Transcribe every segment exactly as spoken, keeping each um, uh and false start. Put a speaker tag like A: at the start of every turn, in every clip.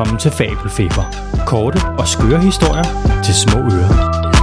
A: Velkommen til Fabelfeber. Korte og skøre historier til små ører.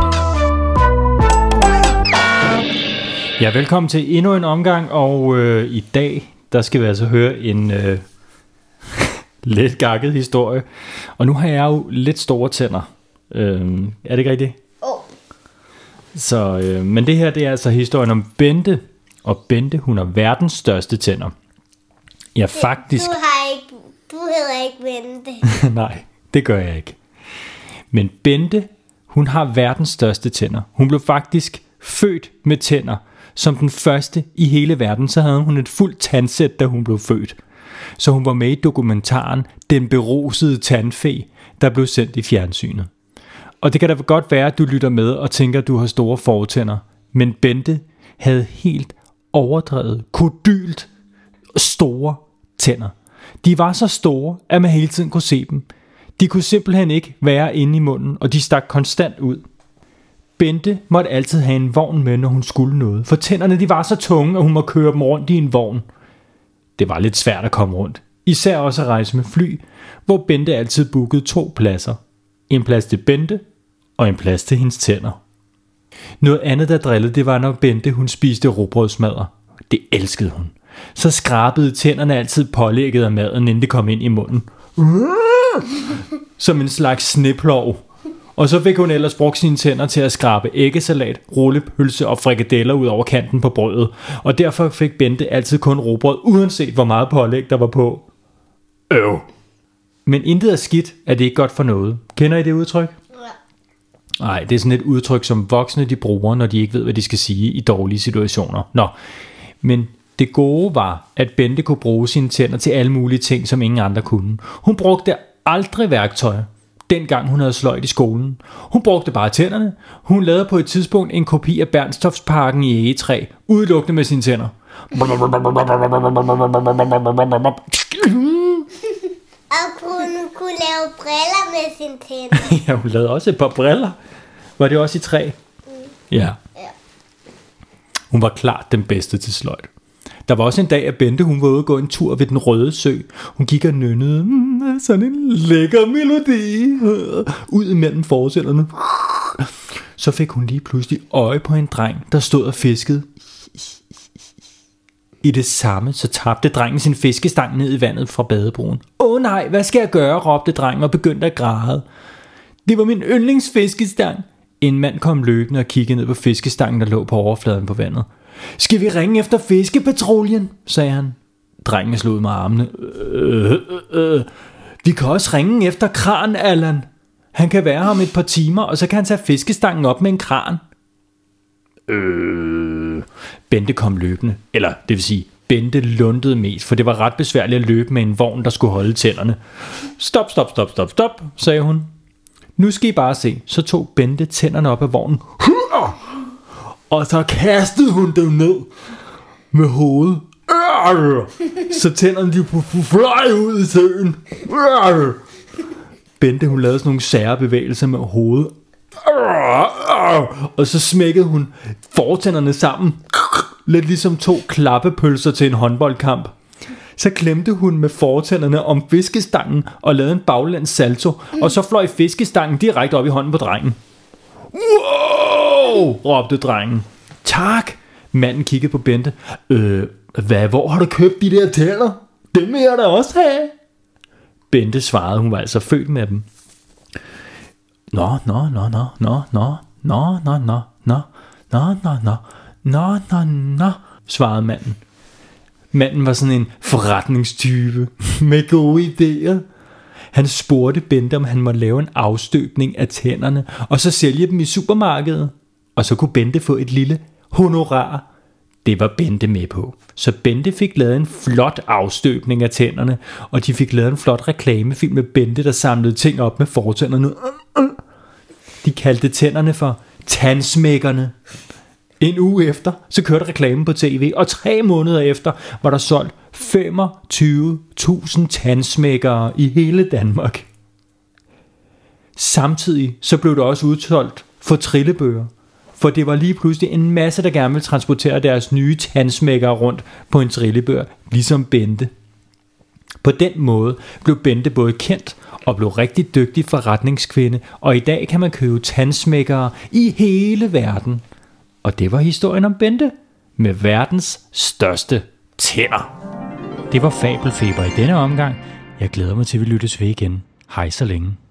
A: Ja, velkommen til endnu en omgang, og øh, i dag, der skal vi altså høre en øh, lidt gakket historie. Og nu har jeg jo lidt store tænder. Øh, er det ikke rigtigt?
B: Oh.
A: Så, øh, men det her, det er altså historien om Bente. Og Bente, hun har verdens største tænder. Ja, faktisk...
B: Du har ikke... Du hedder ikke Bente.
A: Nej, det gør jeg ikke. Men Bente, hun har verdens største tænder. Hun blev faktisk født med tænder. Som den første i hele verden, så havde hun et fuldt tandsæt, da hun blev født. Så hun var med i dokumentaren Den berusede tandfe, der blev sendt i fjernsynet. Og det kan da godt være, at du lytter med og tænker, at du har store fortænder. Men Bente havde helt overdrevet, kodylt store tænder. De var så store, at man hele tiden kunne se dem. De kunne simpelthen ikke være inde i munden, og de stak konstant ud. Bente måtte altid have en vogn med, når hun skulle noget, for tænderne de var så tunge, at hun måtte køre dem rundt i en vogn. Det var lidt svært at komme rundt, især også at rejse med fly, hvor Bente altid bookede to pladser. En plads til Bente, og en plads til hendes tænder. Noget andet, der drillede, det var, når Bente hun spiste rugbrødsmadder. Det elskede hun. Så skrabede tænderne altid pålægget af maden, inden det kom ind i munden. Som en slags sneplov. Og så fik hun ellers brugt sine tænder til at skrabe æggesalat, rullepølse og frikadeller ud over kanten på brødet. Og derfor fik Bente altid kun rugbrød, uanset hvor meget pålæg der var på. Øv. Men intet er skidt, er det ikke godt for noget. Kender I det udtryk? Nej, det er sådan et udtryk, som voksne de bruger, når de ikke ved, hvad de skal sige i dårlige situationer. Nå, men det gode var, at Bente kunne bruge sine tænder til alle mulige ting, som ingen andre kunne. Hun brugte aldrig værktøj, dengang hun havde sløjt i skolen. Hun brugte bare tænderne. Hun lavede på et tidspunkt en kopi af Bernstorffsparken i egetræ, udelukkende med sine tænder.
B: Og hun kunne lave briller med sine tænder.
A: Ja, hun lavede også et par briller. Var det også i træ?
B: Mm.
A: Ja. Hun var klart den bedste til sløjt. Der var også en dag, at Bente hun var ude at gå en tur ved den røde sø. Hun gik og nynnede mm, sådan en lækker melodi ud imellem forsætterne. Så fik hun lige pludselig øje på en dreng, der stod og fiskede. I det samme, så tabte drengen sin fiskestang ned i vandet fra badebroen. Åh nej, hvad skal jeg gøre, råbte drengen og begyndte at græde. Det var min yndlingsfiskestang. En mand kom løbende og kiggede ned på fiskestangen, der lå på overfladen på vandet. Skal vi ringe efter fiskepatruljen, sagde han. Drengen slog ud med armene. Øh, øh, øh. Vi kan også ringe efter Kran, Allan. Han kan være her om et par timer, og så kan han tage fiskestangen op med en kran. Øh. Bente kom løbende. Eller det vil sige, Bente lundede mest, for det var ret besværligt at løbe med en vogn, der skulle holde tænderne. Stop, stop, stop, stop, stop, sagde hun. Nu skal I bare se. Så tog Bente tænderne op af vognen. Og så kastede hun dem ned med hovedet. Så tænderne de fløj ud i søen. Bente hun lavede sådan nogle sære bevægelser med hovedet. Og så smækkede hun fortænderne sammen. Lidt ligesom to klappepølser til en håndboldkamp. Så klemte hun med fortænderne om fiskestangen og lavede en baglæns salto. Og så fløj fiskestangen direkte op i hånden på drengen. Wow! Råbte drengen. Tak! Manden kiggede på Bente. Øh, hvad, hvor har du købt de der tænder? Dem vil jeg da også have. Bente svarede, hun var altså født med dem. Nå, nå, nå, nå, nå, nå, nå, nå, nå, nå, nå, nå, nå, nå, nå, nå, svarede manden. Manden var sådan en forretningstype med gode idéer. Han spurgte Bente, om han måtte lave en afstøbning af tænderne, og så sælge dem i supermarkedet. Og så kunne Bente få et lille honorar. Det var Bente med på. Så Bente fik lavet en flot afstøbning af tænderne, og de fik lavet en flot reklamefilm med Bente, der samlede ting op med fortænderne. De kaldte tænderne for tandsmækkerne. En uge efter, så kørte reklamen på tv, og tre måneder efter var der solgt femogtyve tusind tandsmækkere i hele Danmark. Samtidig så blev der også udsolgt for trillebøger, for det var lige pludselig en masse, der gerne ville transportere deres nye tandsmækkere rundt på en trillebør, ligesom Bente. På den måde blev Bente både kendt og blev rigtig dygtig forretningskvinde, og i dag kan man købe tandsmækkere i hele verden. Og det var historien om Bente med verdens største tænder. Det var Fabelfeber i denne omgang. Jeg glæder mig til, at vi lyttes ved igen. Hej så længe.